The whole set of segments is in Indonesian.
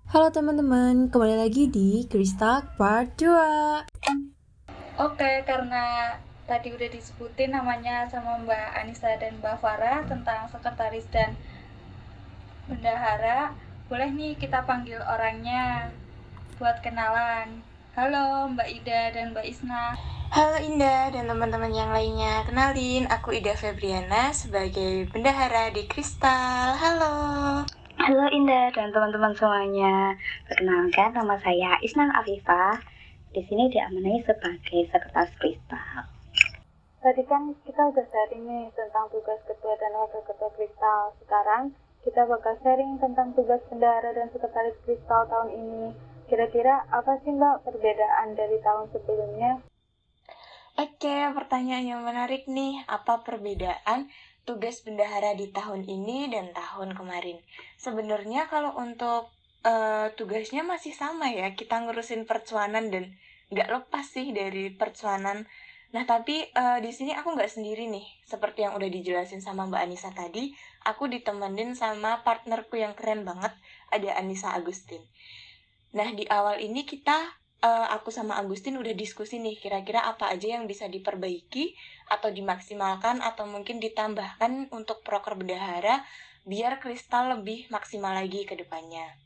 Halo teman-teman, kembali lagi di Kristal Part 2. Oke, karena tadi udah disebutin namanya sama Mbak Anissa dan Mbak Farah tentang sekretaris dan bendahara, boleh nih kita panggil orangnya buat kenalan. Halo Mbak Ida dan Mbak Isna. Halo Indah dan teman-teman yang lainnya, kenalin aku Ida Febriana sebagai bendahara di Kristal. Halo. Halo Indah dan teman-teman semuanya. Perkenalkan, nama saya Isnan Afifah. Di sini diamanai sebagai sekretaris Kristal. Tadi kan kita udah sharing nih tentang tugas ketua dan wakil ketua Kristal. Sekarang kita bakal sharing tentang tugas bendahara dan sekretaris Kristal tahun ini. Kira-kira apa sih Mbak perbedaan dari tahun sebelumnya? Oke, pertanyaan yang menarik nih. Apa perbedaan tugas bendahara di tahun ini dan tahun kemarin? Sebenarnya kalau untuk tugasnya masih sama ya. Kita ngurusin percuanan dan nggak lepas sih dari percuanan. Nah, tapi di sini aku nggak sendiri nih. Seperti yang udah dijelasin sama Mbak Anissa tadi, aku ditemenin sama partnerku yang keren banget, ada Anissa Agustin. Nah, di awal ini aku sama Agustin udah diskusi nih, kira-kira apa aja yang bisa diperbaiki atau dimaksimalkan atau mungkin ditambahkan untuk proker bendahara biar Kristal lebih maksimal lagi ke depannya.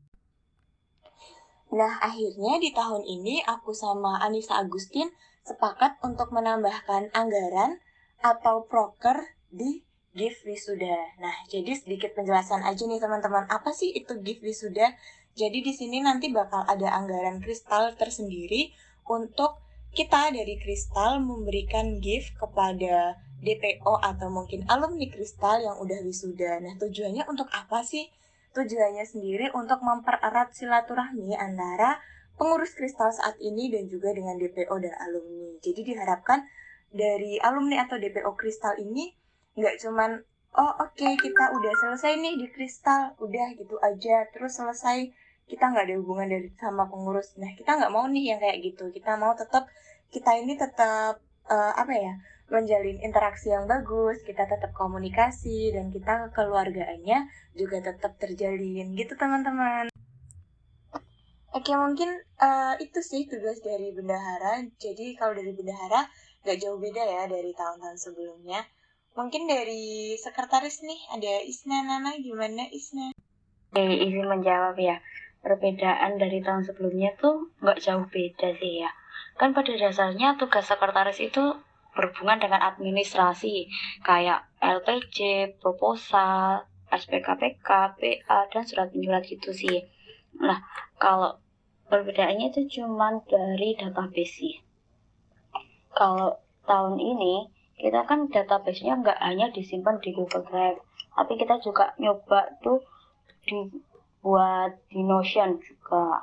Nah, akhirnya di tahun ini aku sama Anissa Agustin sepakat untuk menambahkan anggaran atau proker di gift wisuda. Nah, jadi sedikit penjelasan aja nih teman-teman, apa sih itu gift wisuda? Jadi di sini nanti bakal ada anggaran Kristal tersendiri untuk kita dari Kristal memberikan gift kepada DPO atau mungkin alumni Kristal yang udah wisuda. Nah, tujuannya untuk apa sih? Tujuannya sendiri untuk mempererat silaturahmi antara pengurus Kristal saat ini dan juga dengan DPO dan alumni. Jadi diharapkan dari alumni atau DPO Kristal ini nggak cuman kita udah selesai nih di Kristal, udah gitu aja, terus selesai, kita nggak ada hubungan dari sama pengurus. Nah, kita nggak mau nih yang kayak gitu. Kita mau kita ini tetap menjalin interaksi yang bagus, kita tetap komunikasi, dan kita kekeluargaannya juga tetap terjalin gitu teman-teman. Oke, mungkin itu sih tugas dari bendahara. Jadi kalau dari bendahara nggak jauh beda ya dari tahun-tahun sebelumnya. Mungkin dari sekretaris nih ada Isna. Nana, gimana Isna? Izin menjawab ya. Perbedaan dari tahun sebelumnya tuh nggak jauh beda sih ya. Kan pada dasarnya tugas sekretaris itu berhubungan dengan administrasi kayak LPJ, proposal, SPKPK, PA, dan surat menyurat gitu sih. Nah, kalau perbedaannya itu cuma dari database sih. Kalau tahun ini kita kan database-nya nggak hanya disimpan di Google Drive, tapi kita juga nyoba tuh dibuat di Notion juga.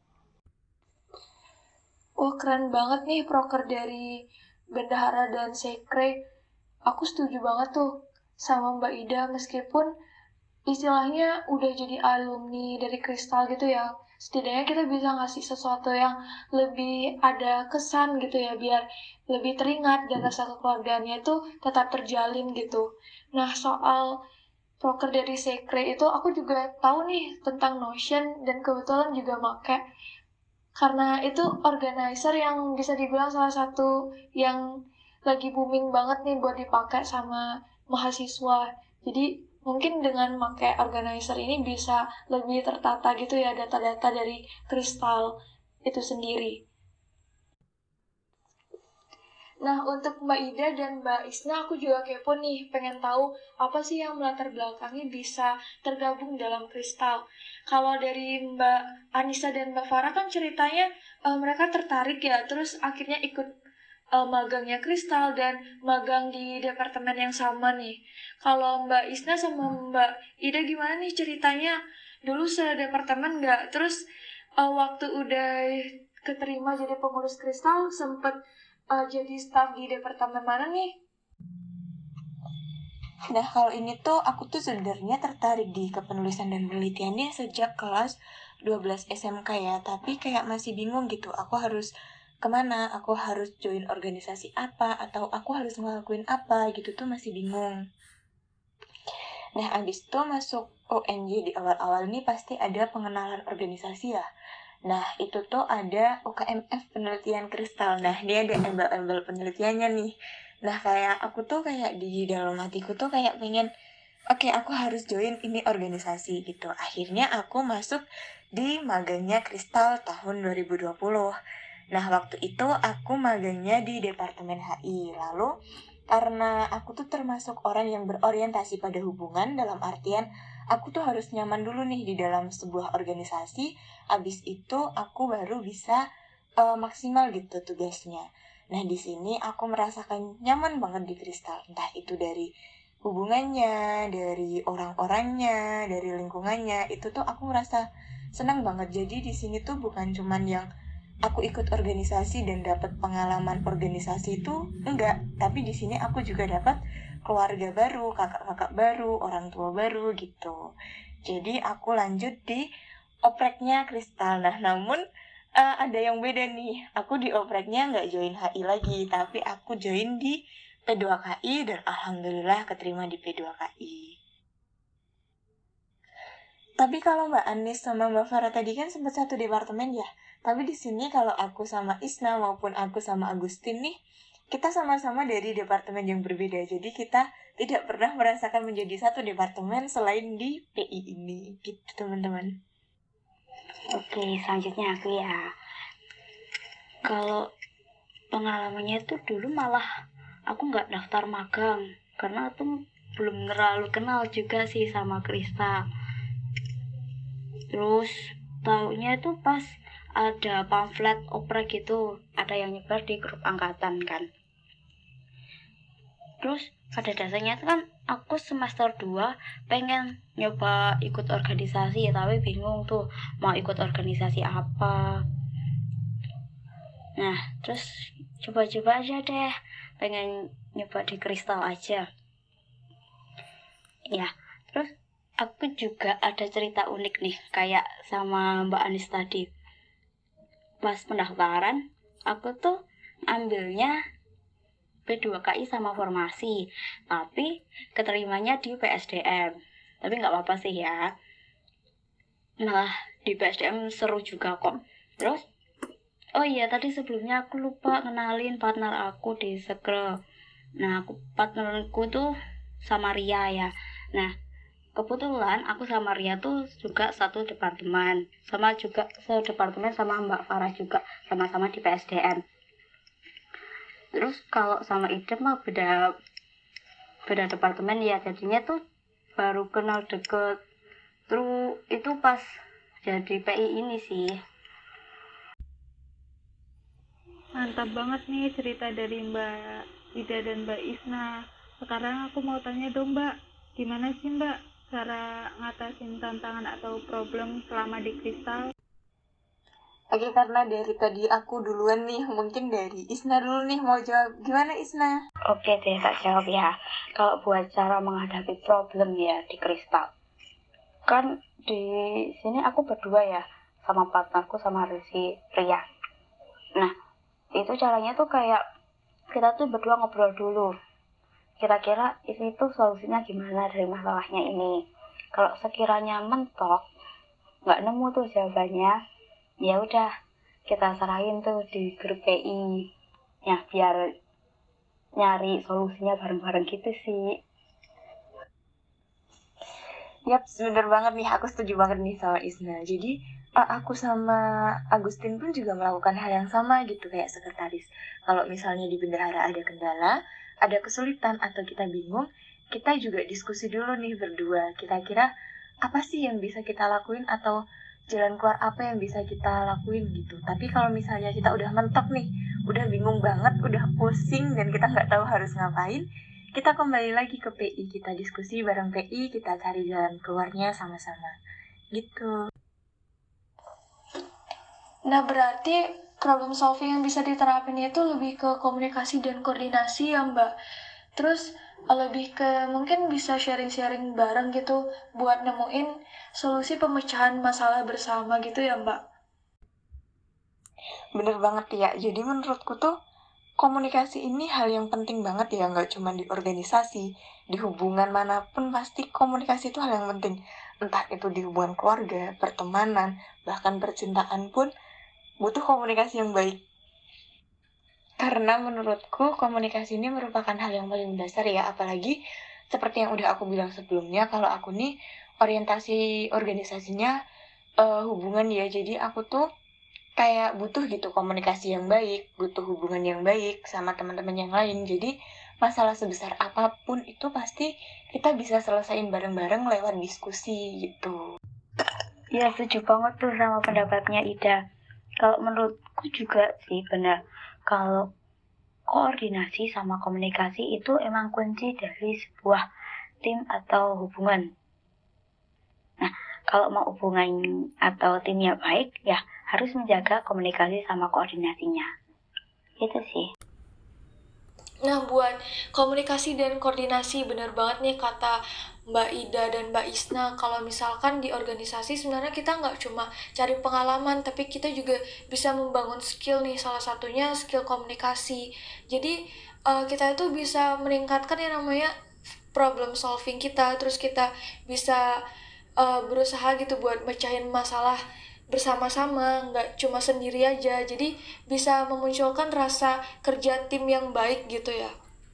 Wah, keren banget nih proker dari Bendahara dan Sekre. Aku setuju banget tuh sama Mbak Ida, meskipun istilahnya udah jadi alumni dari Kristal gitu ya. Setidaknya kita bisa ngasih sesuatu yang lebih ada kesan gitu ya, biar lebih teringat dan rasa kekeluargaannya itu tetap terjalin gitu. Nah, soal proker dari Sekre itu aku juga tahu nih tentang Notion dan kebetulan juga make, karena itu organizer yang bisa dibilang salah satu yang lagi booming banget nih buat dipakai sama mahasiswa. Jadi mungkin dengan pakai organizer ini bisa lebih tertata gitu ya data-data dari Kristal itu sendiri. Nah, untuk Mbak Ida dan Mbak Isna, aku juga kepo nih, pengen tahu apa sih yang melatar belakangi bisa tergabung dalam Kristal. Kalau dari Mbak Anissa dan Mbak Farah kan ceritanya mereka tertarik ya, terus akhirnya ikut magangnya Kristal dan magang di departemen yang sama nih. Kalau Mbak Isna sama Mbak Ida gimana nih ceritanya? Dulu sedepartemen nggak? Terus waktu udah keterima jadi pengurus Kristal, sempet jadi staf di departemen mana nih? Nah, kalau ini tuh aku tuh sebenarnya tertarik di kepenulisan dan penelitiannya sejak kelas 12 SMK ya, tapi kayak masih bingung gitu, aku harus kemana, aku harus join organisasi apa, atau aku harus ngelakuin apa gitu tuh masih bingung. Nah, abis itu masuk OMG di awal-awal nih pasti ada pengenalan organisasi ya. Nah, itu tuh ada UKMF penelitian kristal. Nah, ini ada embel-embel penelitiannya nih. Nah, kayak aku tuh kayak di dalam hatiku tuh kayak pengen, oke, aku harus join ini organisasi gitu. Akhirnya aku masuk di magangnya Kristal tahun 2020. Nah, waktu itu aku magangnya di Departemen HI. Lalu, karena aku tuh termasuk orang yang berorientasi pada hubungan, dalam artian aku tuh harus nyaman dulu nih di dalam sebuah organisasi. Abis itu aku baru bisa maksimal gitu tugasnya. Nah, di sini aku merasakan nyaman banget di Kristal. Entah itu dari hubungannya, dari orang-orangnya, dari lingkungannya, itu tuh aku merasa senang banget. Jadi di sini tuh bukan cuman yang aku ikut organisasi dan dapat pengalaman organisasi itu enggak, tapi di sini aku juga dapat keluarga baru, kakak-kakak baru, orang tua baru gitu. Jadi aku lanjut di opreknya Kristal. Nah, namun ada yang beda nih. Aku di opreknya nggak join HI lagi, tapi aku join di P2KI dan alhamdulillah keterima di P2KI. Tapi kalau Mbak Anis sama Mbak Farah tadi kan sempat satu departemen ya. Tapi di sini kalau aku sama Isna maupun aku sama Agustin nih, kita sama-sama dari departemen yang berbeda. Jadi kita tidak pernah merasakan menjadi satu departemen selain di PI ini. Gitu teman-teman. Oke, selanjutnya aku ya. Kalau pengalamannya itu dulu malah aku nggak daftar magang karena tuh belum terlalu kenal juga sih sama Krista. Terus taunya itu pas ada pamflet oprek gitu, ada yang nyebar di grup angkatan kan. Terus pada dasarnya itu kan aku semester 2 pengen nyoba ikut organisasi, tapi bingung tuh mau ikut organisasi apa. Nah, terus coba-coba aja deh, pengen nyoba di Kristal aja. Ya, terus aku juga ada cerita unik nih, kayak sama Mbak Anis tadi. Pas pendaftaran, aku tuh ambilnya P2KI sama formasi, tapi keterimanya di PSDM. Tapi nggak apa-apa sih ya. Malah di PSDM seru juga kok. Terus, oh iya tadi sebelumnya aku lupa kenalin partner aku di Sekre. Nah, partnerku tuh sama Ria ya. Nah, kebetulan aku sama Ria tuh juga satu departemen. Sama juga sedepartemen sama Mbak Farah juga, sama-sama di PSDM. Terus kalau sama Idem mah beda departemen ya, jadinya tuh baru kenal deket. Terus itu pas jadi PI ini sih. Mantap banget nih cerita dari Mbak Ida dan Mbak Isna. Sekarang aku mau tanya dong Mbak, gimana sih Mbak cara ngatasin tantangan atau problem selama di Kristal? Oke, karena dari tadi aku duluan nih, mungkin dari Isna dulu nih mau jawab. Gimana Isna? Oke deh, tak jawab ya. Kalau buat cara menghadapi problem ya di Kristal, kan di sini aku berdua ya, sama partnerku sama Ria. Nah, itu caranya tuh kayak kita tuh berdua ngobrol dulu. Kira-kira itu solusinya gimana dari masalahnya ini. Kalau sekiranya mentok, nggak nemu tuh jawabannya, ya udah kita serahin tuh di grup PI. Ya biar nyari solusinya bareng-bareng gitu sih. Yap, bener banget nih, aku setuju banget nih sama Isna. Jadi aku sama Agustin pun juga melakukan hal yang sama gitu, kayak sekretaris. Kalau misalnya di bendahara ada kendala, ada kesulitan atau kita bingung, kita juga diskusi dulu nih berdua. Kira-kira apa sih yang bisa kita lakuin atau jalan keluar apa yang bisa kita lakuin gitu. Tapi kalau misalnya kita udah mentok nih, udah bingung banget, udah pusing dan kita nggak tahu harus ngapain, kita kembali lagi ke PI, kita diskusi bareng PI, kita cari jalan keluarnya sama-sama gitu. Nah, berarti problem solving yang bisa diterapin itu lebih ke komunikasi dan koordinasi ya, Mbak. Terus lebih ke mungkin bisa sharing-sharing bareng gitu buat nemuin solusi pemecahan masalah bersama gitu ya, Mbak. Bener banget ya. Jadi menurutku tuh komunikasi ini hal yang penting banget ya, nggak cuma di organisasi, di hubungan manapun pasti komunikasi itu hal yang penting. Entah itu di hubungan keluarga, pertemanan, bahkan percintaan pun butuh komunikasi yang baik. Karena menurutku komunikasi ini merupakan hal yang paling dasar ya, apalagi seperti yang udah aku bilang sebelumnya, kalau aku nih orientasi organisasinya hubungan ya, jadi aku tuh kayak butuh gitu komunikasi yang baik, butuh hubungan yang baik sama teman-teman yang lain. Jadi masalah sebesar apapun itu pasti kita bisa selesaiin bareng-bareng lewat diskusi gitu. Ya, setuju banget tuh sama pendapatnya Ida. Kalau menurutku juga sih benar. Kalau koordinasi sama komunikasi itu emang kunci dari sebuah tim atau hubungan. Nah, kalau mau hubungan atau timnya baik, ya harus menjaga komunikasi sama koordinasinya. Itu sih. Nah, buat komunikasi dan koordinasi, bener banget nih kata Mbak Ida dan Mbak Isna. Kalau misalkan di organisasi sebenarnya kita nggak cuma cari pengalaman, tapi kita juga bisa membangun skill nih, salah satunya skill komunikasi. Jadi kita itu bisa meningkatkan yang namanya problem solving kita, terus kita bisa berusaha gitu buat mecahin masalah bersama-sama, nggak cuma sendiri aja. Jadi bisa memunculkan rasa kerja tim yang baik gitu ya.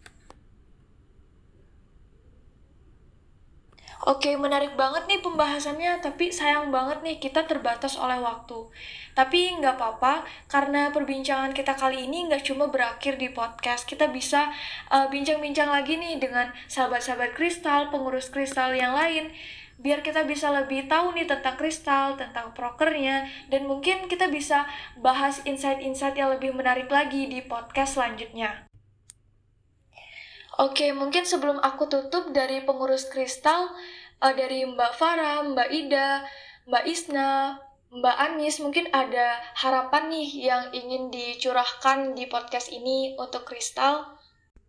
Oke, menarik banget nih pembahasannya, tapi sayang banget nih kita terbatas oleh waktu. Tapi nggak apa-apa, karena perbincangan kita kali ini nggak cuma berakhir di podcast. Kita bisa bincang-bincang lagi nih dengan sahabat-sahabat kristal, pengurus kristal yang lain, biar kita bisa lebih tahu nih tentang kristal, tentang prokernya, dan mungkin kita bisa bahas insight-insight yang lebih menarik lagi di podcast selanjutnya. Oke, mungkin sebelum aku tutup dari pengurus kristal, dari Mbak Farah, Mbak Ida, Mbak Isna, Mbak Anis, mungkin ada harapan nih yang ingin dicurahkan di podcast ini untuk kristal.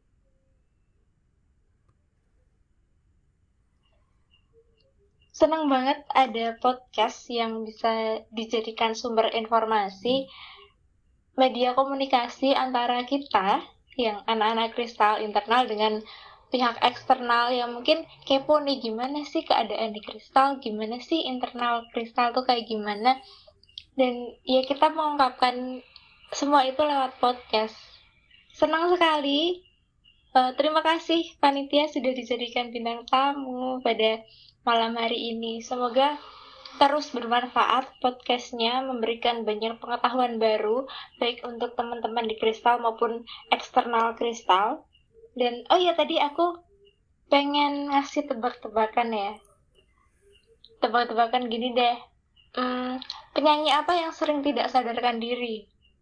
Senang banget ada podcast yang bisa dijadikan sumber informasi, media komunikasi antara kita yang anak-anak kristal internal dengan pihak eksternal yang mungkin kepo nih gimana sih keadaan di kristal, gimana sih internal kristal tuh kayak gimana, dan ya kita mengungkapkan semua itu lewat podcast. Senang sekali. Terima kasih panitia sudah dijadikan bintang tamu pada malam hari ini. Semoga terus bermanfaat podcastnya, memberikan banyak pengetahuan baru, baik untuk teman-teman di kristal maupun eksternal kristal. Dan oh ya, tadi aku pengen ngasih tebak-tebakan ya. Tebak-tebakan gini deh. Penyanyi apa yang sering tidak sadarkan diri?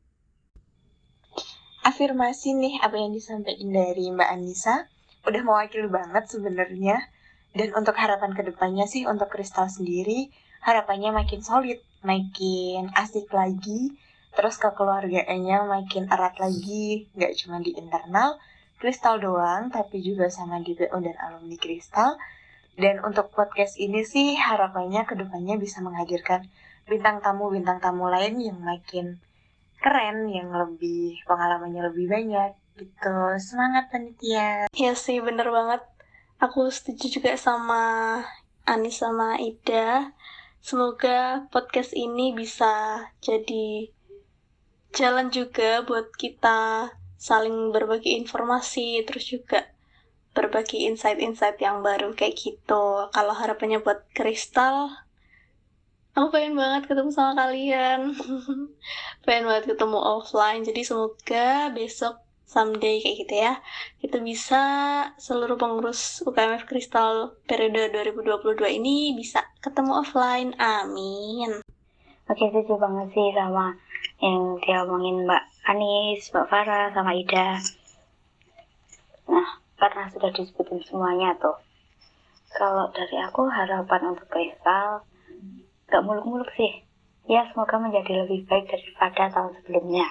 Afirmasi nih apa yang disampaikan dari Mbak Anissa, udah mewakili banget sebenarnya. Dan untuk harapan kedepannya sih untuk kristal sendiri, harapannya makin solid, makin asik lagi, terus kekeluargaannya makin erat lagi, nggak cuma di internal kristal doang, tapi juga sama di BO dan alumni kristal. Dan untuk podcast ini sih harapannya kedepannya bisa menghadirkan bintang tamu lain yang makin keren, yang lebih pengalamannya lebih banyak gitu. Semangat panitia. Ya sih, bener banget. Aku setuju juga sama Anis sama Ida. Semoga podcast ini bisa jadi jalan juga buat kita saling berbagi informasi, terus juga berbagi insight-insight yang baru kayak gitu. Kalau harapannya buat kristal, aku pengen banget ketemu sama kalian. Pengen banget ketemu offline. Jadi semoga besok someday kayak gitu ya, kita bisa seluruh pengurus UKMF Kristal periode 2022 ini bisa ketemu offline. Amin. Oke, setuju banget sih sama yang diomongin Mbak Anis, Mbak Farah, sama Ida. Nah, karena sudah disebutin semuanya tuh, kalau dari aku harapan untuk kristal gak muluk-muluk sih. Ya, semoga menjadi lebih baik daripada tahun sebelumnya.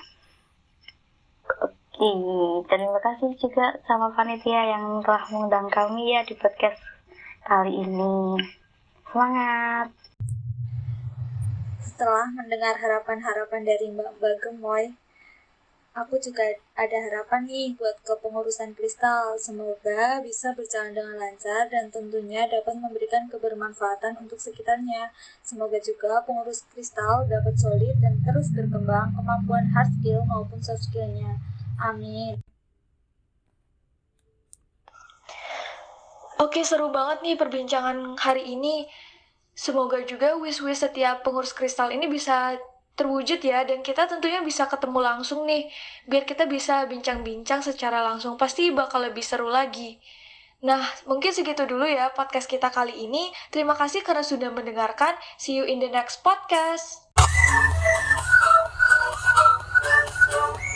Oke, terima kasih juga sama panitia yang telah mengundang kami ya di podcast kali ini. Semangat! Setelah mendengar harapan-harapan dari Mbak Gemoy, Aku juga ada harapan nih buat kepengurusan Kristal. Semoga bisa berjalan dengan lancar dan tentunya dapat memberikan kebermanfaatan untuk sekitarnya. Semoga juga pengurus Kristal dapat solid dan terus berkembang kemampuan hard skill maupun soft skill-nya. Amin. Oke, seru banget nih perbincangan hari ini. Semoga juga wish-wish setiap pengurus Kristal ini bisa terwujud ya, dan kita tentunya bisa ketemu langsung nih, biar kita bisa bincang-bincang secara langsung. Pasti bakal lebih seru lagi. Nah, mungkin segitu dulu ya podcast kita kali ini. Terima kasih karena sudah mendengarkan. See you in the next podcast.